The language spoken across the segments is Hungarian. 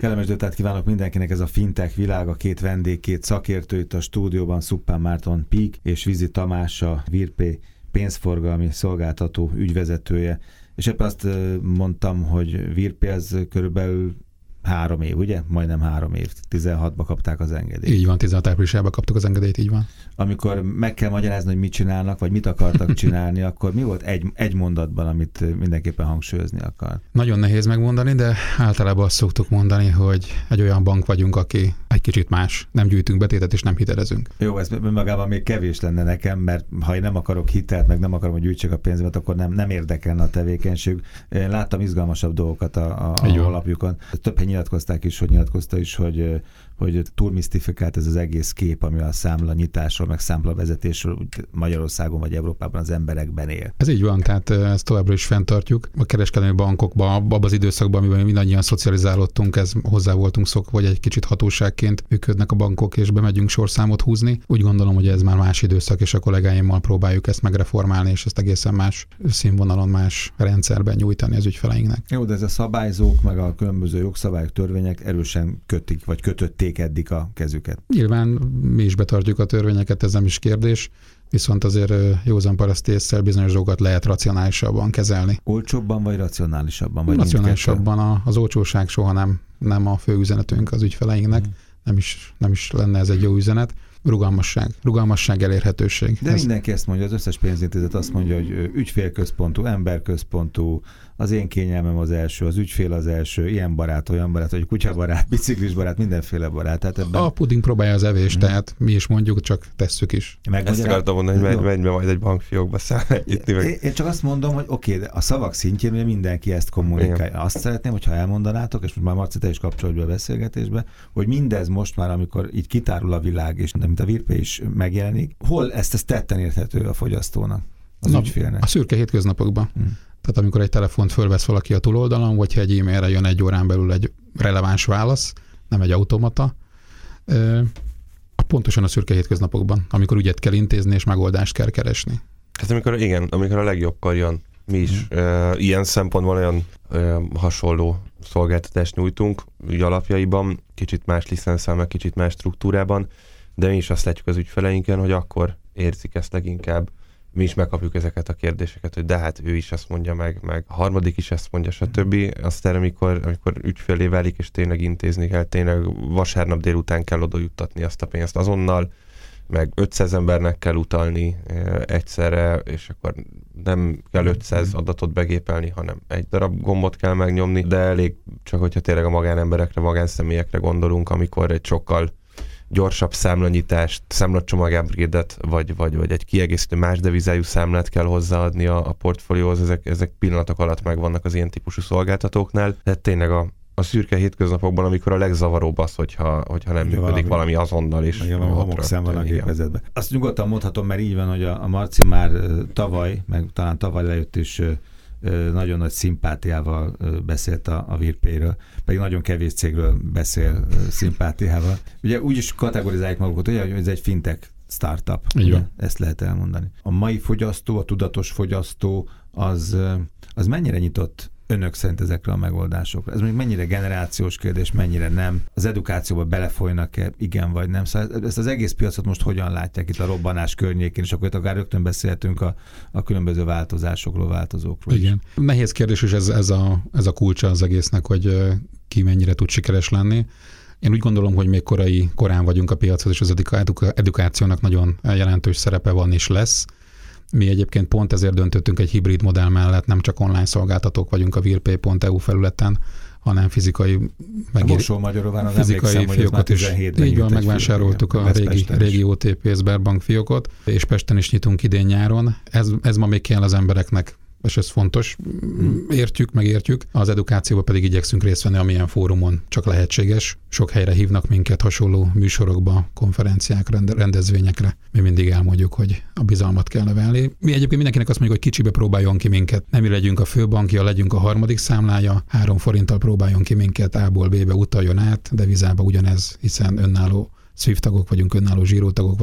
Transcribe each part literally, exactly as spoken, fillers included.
kellemes délután kívánok mindenkinek, ez a fintech világ, a két vendég, két szakértő itt a stúdióban, Szuppán Márton Pík és Vizi Tamás, a Virpay pénzforgalmi szolgáltató ügyvezetője. És éppen azt mondtam, hogy Virpay az körülbelül három év, ugye? Majdnem három év. tizenhatban kapták az engedélyt. Így van, tizenhat áprilisában kaptuk az engedélyt, így van. Amikor meg kell magyarázni, hogy mit csinálnak, vagy mit akartak csinálni, akkor mi volt egy, egy mondatban, amit mindenképpen hangsúlyozni akar? Nagyon nehéz megmondani, de általában azt szoktuk mondani, hogy egy olyan bank vagyunk, aki egy kicsit más. Nem gyűjtünk betétet és nem hitelezünk. Jó, ez magában még kevés lenne nekem, mert ha én nem akarok hitelt, meg nem akarom, hogy gyűjtsek a pénzemet, akkor nem, nem érdekelne a tevékenység. Én láttam izgalmasabb dolgokat a, a, a alapjukon. Több nyilatkozták is, hogy nyilatkozta is, hogy, hogy túl misztifikált ez az egész kép, ami a számla nyitásról, meg számla vezetésről Magyarországon vagy Európában az emberekben él. Ez így van, tehát ezt továbbra is fenntartjuk. A kereskedelmi bankokban, abban az időszakban, amiben mi mindannyian szocializálódtunk, ez hozzá voltunk szokva, vagy egy kicsit hatóságként működnek a bankok, és bemegyünk sorszámot húzni. Úgy gondolom, hogy ez már más időszak, és a kollégáimmal próbáljuk ezt megreformálni, és ezt egészen más színvonalon, más rendszerben nyújtani az ügyfeleinknek. Jó, de ez a szabályzók, meg a különböző jogszabályok, törvények erősen kötik, vagy kötötték eddig a kezüket. Nyilván mi is betartjuk a törvényeket, ez nem is kérdés, viszont azért józan paraszti ésszel bizonyos dolgokat lehet racionálisabban kezelni. Olcsóbban vagy racionálisabban? Vagy racionálisabban. Az olcsóság soha nem, nem a fő üzenetünk az ügyfeleinknek, hmm. nem, is, nem is lenne ez egy jó üzenet. Rugalmasság. Rugalmasság, elérhetőség. De ez... mindenki ezt mondja, az összes pénzintézet azt mondja, hogy ügyfélközpontú, emberközpontú, az én kényelmem az első, az ügyfél az első, ilyen barát, olyan barát, vagy kutyabarát, biciklis barát, mindenféle barát. Tehát ebben... A puding próbálja az evés, hmm. tehát mi is mondjuk, csak tesszük is. Meg ezt akartam mondani, hogy menj be majd egy bankfiókba számolni. Meg... Én csak azt mondom, hogy oké, okay, de a szavak szintjén ugye mindenki ezt kommunikálja. Igen. Azt szeretném, hogyha elmondanátok, és most már Marci, te is kapcsolódj be a beszélgetésbe, hogy mindez most már, amikor így kitárul a világ, és mint a Virpay is megjelenik, hol ezt, ezt tetten érthető a fogyasztónak, az Na, ügyfélnek? A szürke hétköznapokban. Hmm. Tehát amikor egy telefont fölvesz valaki a túloldalon, vagy ha egy e-mailre jön egy órán belül egy releváns válasz, nem egy automata, pontosan a szürke hétköznapokban, amikor ügyet kell intézni és megoldást kell keresni. Hát amikor igen, amikor a legjobbkor jön, mi is hmm. uh, ilyen szempontból olyan uh, hasonló szolgáltatást nyújtunk, ügy alapjaiban, kicsit más licenszel, meg kicsit más struktúrában, de mi is azt látjuk az ügyfeleinken, hogy akkor érzik ezt leginkább. Mi is megkapjuk ezeket a kérdéseket, hogy de hát ő is ezt mondja meg, meg a harmadik is ezt mondja, stb. Aztán amikor, amikor ügyfélé válik, és tényleg intézni kell, tényleg vasárnap délután kell oda juttatni azt a pénzt azonnal, meg ötszáz embernek kell utalni egyszerre, és akkor nem kell ötszáz adatot begépelni, hanem egy darab gombot kell megnyomni, de elég csak, hogyha tényleg a magánemberekre, magánszemélyekre gondolunk, amikor egy sokkal gyorsabb számlanyítást, számlacsomag-upgrade-et, vagy, vagy, vagy egy kiegészítő más devizájú számlát kell hozzáadni a, a portfólióhoz, ezek, ezek pillanatok alatt megvannak az ilyen típusú szolgáltatóknál. Tehát tényleg a, a szürke hétköznapokban, amikor a legzavaróbb az, hogyha, hogyha nem működik valami, valami azonnal is. Igen, a homokszám van a gépezetben. Azt nyugodtan mondhatom, mert így van, hogy a, a Marci már tavaly, meg talán tavaly lejött is nagyon nagy szimpátiával beszélt a, a Virpayről, pedig nagyon kevés cégről beszél szimpátiával. Ugye úgy is kategorizálják magukat, ugye, hogy ez egy fintech startup. Ugye? Ezt lehet elmondani. A mai fogyasztó, a tudatos fogyasztó, az, az mennyire nyitott önök szerint ezekre a megoldásokra? Ez mondjuk mennyire generációs kérdés, mennyire nem? Az edukációba belefolynak-e, igen vagy nem? Szóval ezt az egész piacot most hogyan látják itt a robbanás környékén, és akkor itt akár rögtön beszélhetünk a, a különböző változásokról, változókról. Igen. Is. Nehéz kérdés, és ez, ez, a, ez a kulcsa az egésznek, hogy ki mennyire tud sikeres lenni. Én úgy gondolom, hogy még korai, korán vagyunk a piachoz, és az edukációnak nagyon jelentős szerepe van és lesz. Mi egyébként pont ezért döntöttünk egy hibrid modell mellett, nem csak online szolgáltatók vagyunk a virpay pont e u felületen, hanem fizikai megér... fizikai fiókot is. Így van, megvásároltuk a régi, régi o té pé Sberbank fiókot, és Pesten is nyitunk idén-nyáron. Ez, ez ma még kell az embereknek, és ez fontos, értjük, megértjük. Az edukációban pedig igyekszünk részt venni, amilyen fórumon csak lehetséges. Sok helyre hívnak minket hasonló műsorokba, konferenciákra, rendezvényekre. Mi mindig elmondjuk, hogy a bizalmat kell növelni. Mi egyébként mindenkinek azt mondjuk, hogy kicsibe próbáljon ki minket. Nem mi legyünk a főbankja, legyünk a harmadik számlája, három forinttal próbáljon ki minket, A-ból B-be utaljon át, devizába ugyanez, hiszen önálló SWIFT tagok vagyunk, önálló zsírótagok vagyunk,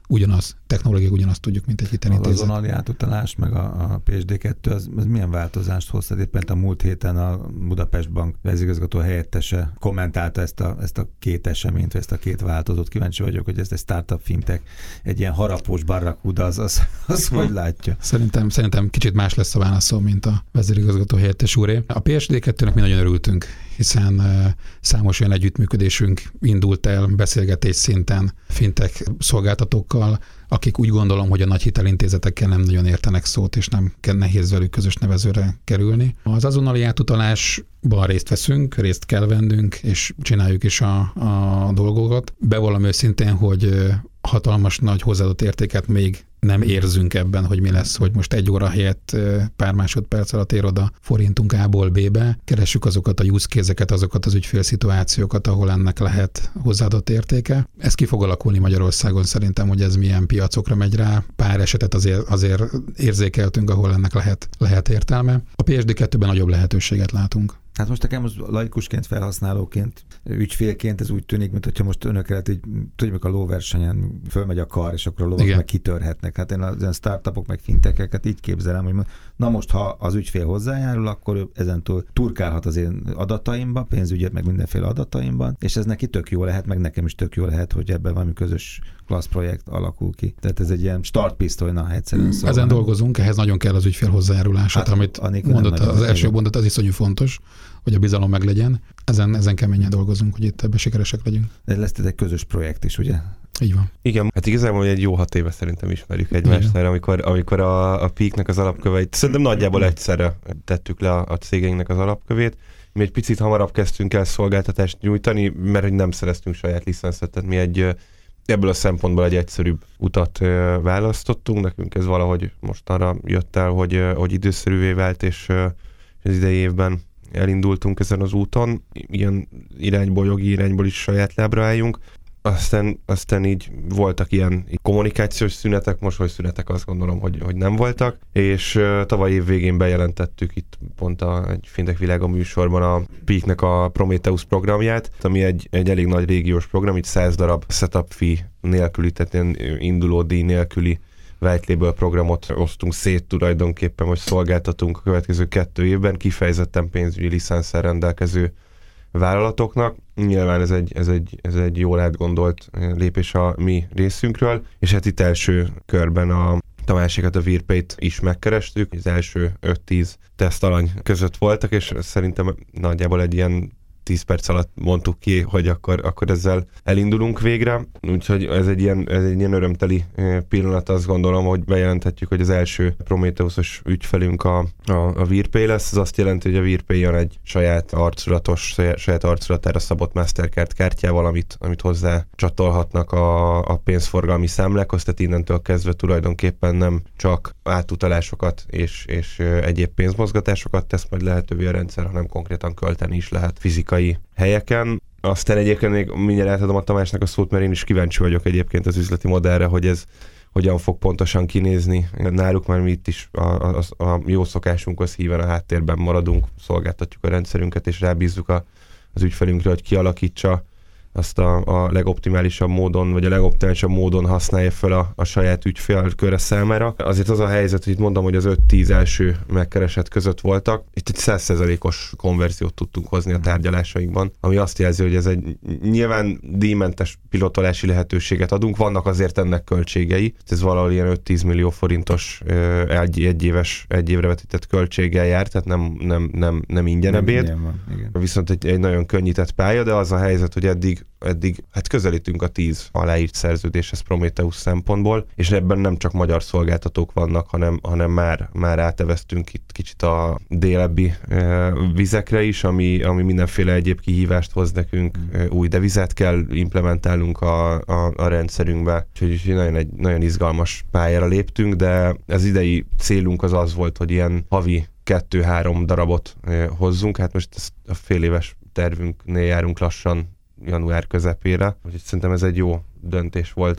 ugyanaz, technológiák ugyanazt tudjuk, mint egy hitelintézet. Az azonnali átutalás, meg a, a pé es dé kettő, az, az milyen változást hozhat? Éppen a múlt héten a Budapest Bank vezérigazgató helyettese kommentálta ezt a, ezt a két eseményt, ezt a két változót. Kíváncsi vagyok, hogy ezt egy startup fintech, egy ilyen harapós barrakuda, az, az, az hogy látja? Szerintem, szerintem kicsit más lesz a válaszom, mint a vezérigazgató helyettes úré. A pé es dé kettőnek mi nagyon örültünk, hiszen számos olyan együttműködésünk indult el beszélgetés szinten fintech szolgáltatókkal, akik úgy gondolom, hogy a nagy hitelintézetekkel nem nagyon értenek szót, és nem nehéz velük közös nevezőre kerülni. Az azonnali átutalásban részt veszünk, részt kell vennünk, és csináljuk is a, a dolgokat. Bevallom őszintén, hogy hatalmas nagy hozzáadott értéket még nem érzünk ebben, hogy mi lesz, hogy most egy óra helyett pár másodperc alatt ér oda forintunk A-ból B-be. Keressük azokat a use case-eket, azokat az ügyfélszituációkat, ahol ennek lehet hozzáadott értéke. Ez ki fog alakulni Magyarországon szerintem, hogy ez milyen piacokra megy rá. Pár esetet azért, azért érzékeltünk, ahol ennek lehet, lehet értelme. A pé es dé kettőben nagyobb lehetőséget látunk. Hát most nekem most laikusként, felhasználóként, ügyfélként ez úgy tűnik, mint hogyha most önök előtt így, tudjuk, a lóversenyen fölmegy a kar, és akkor a lovak meg kitörhetnek. Hát én az ilyen startupok, meg fintecheket így képzelem, hogy na most, ha az ügyfél hozzájárul, akkor ő ezentúl turkálhat az én adataimba, pénzügyet, meg mindenféle adataimban, és ez neki tök jó lehet, meg nekem is tök jó lehet, hogy ebben valami közös klassz projekt alakul ki. Tehát ez egy ilyen startpisztolyna egyszerűen szóval. Ezen dolgozunk, ehhez nagyon kell az ügyfél hozzájárulása, hát, amit mondott, az első mondat, az iszonyú fontos, hogy a bizalom meglegyen. Ezen, ezen keményen dolgozunk, hogy itt ebben sikeresek legyünk. De lesz ez egy közös projekt is, ugye? Így van. Igen, hát igazából egy jó hat éve szerintem ismerjük egymást, mert amikor, amikor a, a Peaknek az alapköveit, szerintem nagyjából egyszerre tettük le a, a cégeinknek az alapkövét. Mi egy picit hamarabb kezdtünk el szolgáltatást nyújtani, mert hogy nem szereztünk saját licenszet, tehát mi egy ebből a szempontból egy egyszerűbb utat választottunk. Nekünk ez valahogy mostanra jött el, hogy, hogy időszerűvé vált, és az idei évben elindultunk ezen az úton. Ilyen irányból, jogi irányból is saját lábra álljunk. Aztán, aztán így voltak ilyen kommunikációs szünetek, most hogy szünetek azt gondolom, hogy, hogy nem voltak, és uh, tavaly év végén bejelentettük itt pont a, egy Fintech Világa műsorban a Peaknek a Prometheus programját, ami egy, egy elég nagy régiós program, itt száz darab setup fee nélküli, tehát ilyen induló díj nélküli white label programot osztunk szét tulajdonképpen, hogy szolgáltatunk a következő kettő évben kifejezetten pénzügyi licenszel rendelkező vállalatoknak. Nyilván ez egy, ez egy, ez egy jól átgondolt lépés a mi részünkről, és hát itt első körben a Tamásikat, a VeerPay-t is megkerestük, az első öt-tíz tesztalany között voltak, és szerintem nagyjából egy ilyen tíz perc alatt mondtuk ki, hogy akkor, akkor ezzel elindulunk végre. Úgyhogy ez egy ilyen, ez egy ilyen örömteli pillanat, azt gondolom, hogy bejelenthetjük, hogy az első Prometheus-os ügyfelünk a, a, a VeerPay lesz. Ez azt jelenti, hogy a VeerPay jön egy saját arculatos, saját arculatára szabott Mastercard kártyával, amit, amit hozzá csatolhatnak a, a pénzforgalmi számlákhoz, tehát innentől kezdve tulajdonképpen nem csak átutalásokat és, és egyéb pénzmozgatásokat tesz majd lehetővé a rendszer, hanem konkrétan költeni is lehet fizikai helyeken. Aztán egyébként még mindjárt átadom a Tamásnak a szót, mert én is kíváncsi vagyok egyébként az üzleti modellre, hogy ez hogyan fog pontosan kinézni náluk, mert mi itt is a, a, a jó szokásunkhoz híven a háttérben maradunk, szolgáltatjuk a rendszerünket, és rábízzuk a, az ügyfelünkre, hogy kialakítsa azt a, a legoptimálisabb módon, vagy a legoptimálisabb módon használja fel a, a saját ügyfélköre számára. Azért az a helyzet, hogy itt mondom, hogy az öt-tíz első megkeresett között voltak. Itt egy száz százalékos konverziót tudtunk hozni a tárgyalásainkban, ami azt jelzi, hogy ez egy nyilván díjmentes pilotolási lehetőséget adunk, vannak azért ennek költségei. Ez valahol ilyen öt-tíz millió forintos egy, egy éves, egy évre vetített költséggel jár, tehát nem, nem, nem, nem ingyen ebéd. Viszont egy, egy nagyon könnyített pálya, de az a helyzet, hogy eddig eddig hát közelítünk a tíz aláírt szerződéshez Prometheus szempontból, és ebben nem csak magyar szolgáltatók vannak, hanem, hanem már, már áteveztünk itt kicsit a délebbi e, vizekre is, ami, ami mindenféle egyéb kihívást hoz nekünk, mm. új devizát kell implementálnunk a, a, a rendszerünkbe, úgyhogy nagyon, egy, nagyon izgalmas pályára léptünk, de az idei célunk az az volt, hogy ilyen havi kettő-három darabot e, hozzunk, hát most ezt a fél éves tervünknél járunk lassan január közepére, úgyhogy szerintem ez egy jó döntés volt a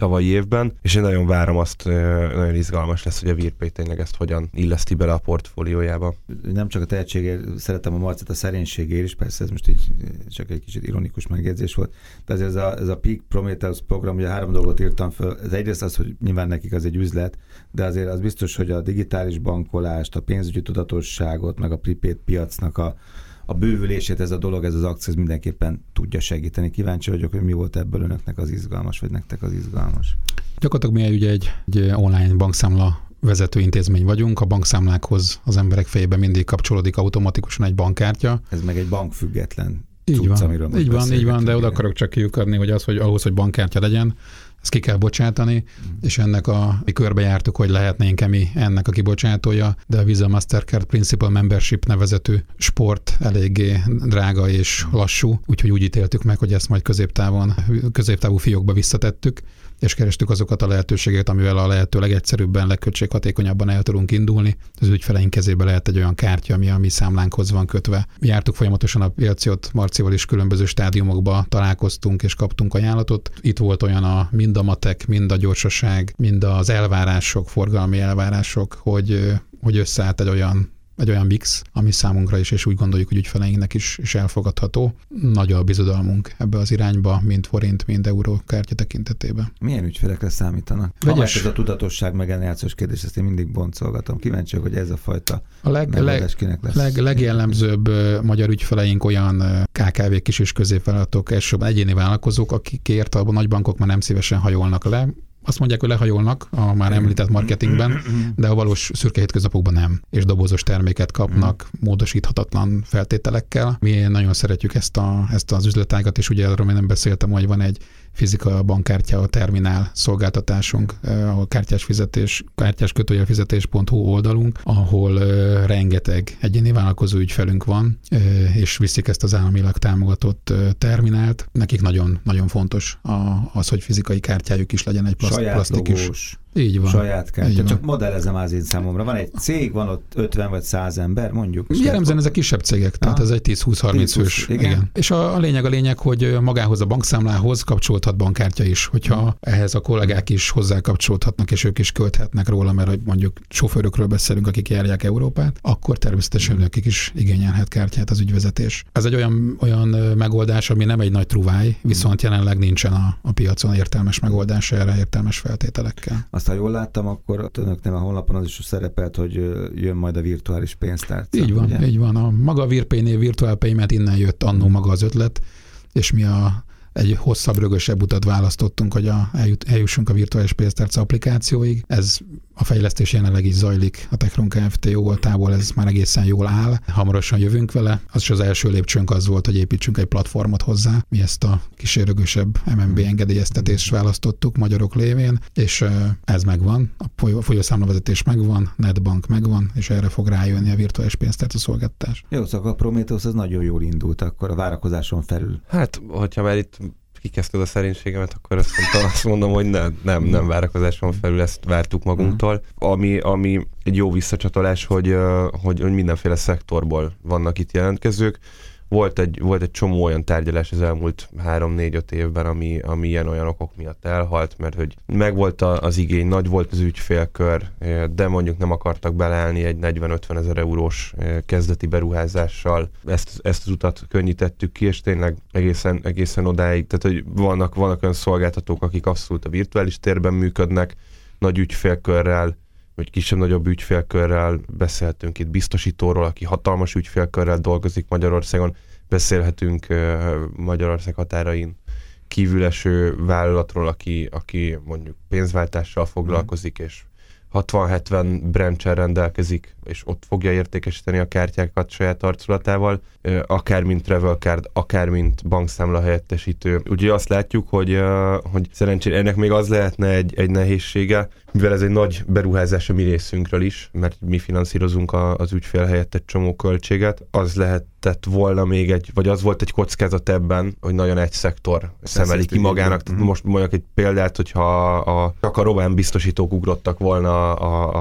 tavalyi évben, és én nagyon várom azt, nagyon izgalmas lesz, hogy a VirPay tényleg ezt hogyan illeszti bele a portfóliójába. Nem csak a tehetségért szeretem a Marcit, a szerénységért is, persze ez most így csak egy kicsit ironikus megjegyzés volt, de azért ez a, ez a Peak Prometheus program, ugye három dolgot írtam föl, ez egyrészt az, hogy nyilván nekik az egy üzlet, de azért az biztos, hogy a digitális bankolást, a pénzügyi tudatosságot, meg a prepaid piacnak a a bővülését ez a dolog, ez az akció mindenképpen tudja segíteni. Kíváncsi vagyok, hogy mi volt ebből önöknek az izgalmas, vagy nektek az izgalmas. Gyakorlatilag mi ugye egy, egy online bankszámla vezető intézmény vagyunk, a bankszámlákhoz az emberek fejében mindig kapcsolódik automatikusan egy bankkártya. Ez meg egy bankfüggetlen így cucc, van, amiről így van, így van, de oda akarok csak kiukadni, hogy az, hogy ahhoz, hogy bankkártya legyen, ezt ki kell bocsátani, mm. és ennek a, mi körbejártuk, hogy lehetnénk-e mi ennek a kibocsátója, de a Visa Mastercard Principal Membership nevezetű sport eléggé drága és lassú, úgyhogy úgy ítéltük meg, hogy ezt majd középtávon, középtávú fiókba visszatettük, és kerestük azokat a lehetőségeket, amivel a lehető legegyszerűbben, legköltséghatékonyabban el tudunk indulni. Az ügyfeleink kezébe lehet egy olyan kártya, ami a mi számlánkhoz van kötve. Mi jártuk folyamatosan a piacot, Marcival is különböző stádiumokba találkoztunk és kaptunk ajánlatot. Itt volt olyan a mind a matek, mind a gyorsaság, mind az elvárások, forgalmi elvárások, hogy, hogy összeállt egy olyan egy olyan mix, ami számunkra is, és úgy gondoljuk, hogy ügyfeleinknek is, is elfogadható. Nagy a bizodalmunk ebbe az irányba, mind forint, mind euró kártya tekintetében. Milyen ügyfelekre számítanak? Vegyes. Ez a tudatosság meg eljátszós kérdés, ezt én mindig boncolgatom. Kíváncsi, hogy ez a fajta a leg, leg, leg, legjellemzőbb magyar ügyfeleink olyan ká ká vé kis és középvállalatok, elsősorban egyéni vállalkozók, akikért a nagybankok már nem szívesen hajolnak le. Azt mondják, hogy lehajolnak a már említett marketingben, de a valós szürke hétköznapokban nem, és dobozos terméket kapnak módosíthatatlan feltételekkel. Mi nagyon szeretjük ezt, a, ezt az üzletágat, és ugye arról még nem beszéltem, hogy van egy fizika bankkártya, a terminál szolgáltatásunk, a kártyás fizetés, kártyás kötőjelfizetés pont hu oldalunk, ahol rengeteg egyéni vállalkozó ügyfelünk van, és viszik ezt az államilag támogatott terminált. Nekik nagyon, nagyon fontos az, hogy fizikai kártyájuk is legyen, egy plaszt, saját plastikus. Logós. Így van. Saját kártya. Így Csak van. modellezem az én számomra. Van egy cég, van ott ötven vagy száz ember, mondjuk. Jellemzően ezek kisebb cégek, tehát ah. ez egy tíz-húsz-harminc fős. Igen. igen. És a, a lényeg a lényeg, hogy magához a bankszámlához kapcsolódhat bankkártya is, hogyha hmm. ehhez a kollégák is hozzá kapcsolódhatnak, és ők is költhetnek róla, mert hogy mondjuk sofőrökről beszélünk, akik járják Európát, akkor természetesen hmm. nekik is igényelhet kártyát az ügyvezetés. Ez egy olyan, olyan megoldás, ami nem egy nagy truváj, viszont hmm. jelenleg nincsen a, a piacon értelmes megoldás erre, értelmes feltételekkel. Azt, ha jól láttam, akkor önöknél a honlapon az is szerepelt, hogy jön majd a virtuális pénztárca. Így van, ugye? Így van. A maga VirPay-nél Virtual Payment innen jött annó maga az ötlet, és mi a egy hosszabb, rögösebb utat választottunk, hogy a, eljut, eljussunk a virtuális pénztárca applikációig. Ez a fejlesztés jelenleg is zajlik. A Techron Kft. Jó voltából ez már egészen jól áll. Hamarosan jövünk vele. Az is az első lépcsőnk az volt, hogy építsünk egy platformot hozzá. Mi ezt a kísérőgösebb em en bé engedélyeztetést választottuk magyarok lévén, és ez megvan. A folyószámlavezetés megvan, netbank megvan, és erre fog rájönni a virtuális pénztárca szolgáltatás. Jó, szóval a Prometheus az nagyon jól indult akkor a várakozáson felül. Hát, hogyha már itt kikezdted a szerénységemet, akkor azt, mondtam, azt mondom, hogy ne, nem, nem várakozáson felül, ezt vártuk magunktól. Ami, ami egy jó visszacsatolás, hogy, hogy, hogy mindenféle szektorból vannak itt jelentkezők. Volt egy, volt egy csomó olyan tárgyalás az elmúlt három-négy-öt évben, ami, ami ilyen-olyan okok miatt elhalt, mert hogy megvolt az igény, nagy volt az ügyfélkör, de mondjuk nem akartak beleállni egy negyven-ötven ezer eurós kezdeti beruházással. Ezt, ezt az utat könnyítettük ki, és tényleg egészen, egészen odáig, tehát hogy vannak, vannak olyan szolgáltatók, akik abszolút a virtuális térben működnek, nagy ügyfélkörrel, vagy kisebb-nagyobb ügyfélkörrel, beszélhetünk itt biztosítóról, aki hatalmas ügyfélkörrel dolgozik Magyarországon, beszélhetünk uh, Magyarország határain kívüleső vállalatról, aki, aki mondjuk pénzváltással foglalkozik, mm. és hatvan-hetven branch-el rendelkezik, és ott fogja értékesíteni a kártyákat saját arculatával, akár mint travel card, akár mint bankszámla helyettesítő. Úgyhogy azt látjuk, hogy, hogy szerencsére ennek még az lehetne egy, egy nehézsége, mivel ez egy nagy beruházás a mi részünkről is, mert mi finanszírozunk a, az ügyfél helyett egy csomó költséget, az lehetett volna még egy, vagy az volt egy kockázat ebben, hogy nagyon egy szektor szemeli ki magának. Tehát most mondjuk egy példát, hogyha a, csak a román biztosítók ugrottak volna a, a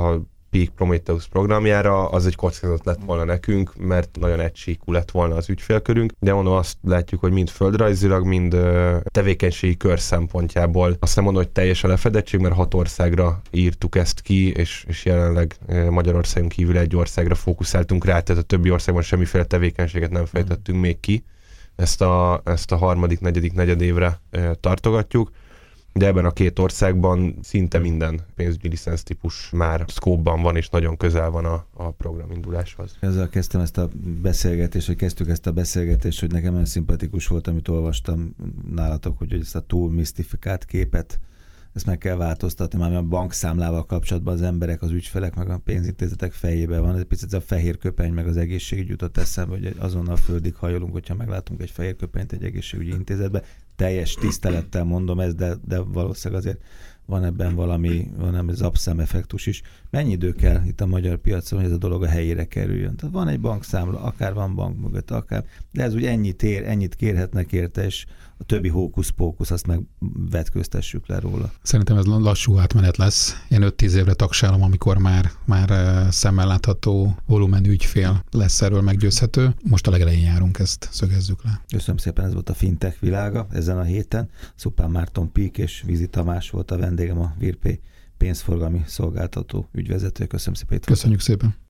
Peak Prometheus programjára, az egy kockázat lett volna nekünk, mert nagyon egysíkú lett volna az ügyfélkörünk, de mondom, azt látjuk, hogy mind földrajzilag, mind tevékenységi kör szempontjából azt nem mondom, hogy teljes a lefedettség, mert hat országra írtuk ezt ki, és, és jelenleg Magyarországon kívül egy országra fókuszáltunk rá, tehát a többi országban semmiféle tevékenységet nem fejtettünk mm. még ki. Ezt a, ezt a harmadik, negyedik, negyedévre tartogatjuk. De ebben a két országban szinte minden pénzügyi licensz típus már szkópban van, és nagyon közel van a, a programinduláshoz. Ezzel kezdtem ezt a beszélgetést, hogy kezdtük ezt a beszélgetést, hogy nekem olyan szimpatikus volt, amit olvastam nálatok, hogy ezt a túl misztifikált képet, ezt meg kell változtatni, már a bankszámlával kapcsolatban az emberek, az ügyfelek, meg a pénzintézetek fejében van. Ez picit a fehér köpeny, meg az egészségügy jutott eszembe, hogy azonnal földig hajolunk, hogyha meglátunk egy fehér köpenyt egy egészségügyi intézetbe. Teljes tisztelettel mondom ezt, de, de valószínűleg azért van ebben valami, van ebben zapszám effektus is. Mennyi idő kell itt a magyar piacon, hogy ez a dolog a helyére kerüljön? Tehát van egy bankszámla, akár van bank mögött, akár, de ez úgy ennyit ér, ennyit kérhetnek érte, és a többi hókusz-pókusz, azt meg vetköztessük le róla. Szerintem ez lassú átmenet lesz. Én öt-tíz évre tagsálom, amikor már, már szemmel látható volumenű ügyfél lesz erről meggyőzhető. Most a legelején járunk, ezt szögezzük le. Köszönöm szépen, ez volt a Fintech világa ezen a héten. Szupán Márton Pík és Vizi Tamás volt a vendégem, a Virpay pénzforgalmi szolgáltató ügyvezető. Köszönöm szépen. Köszönjük szépen.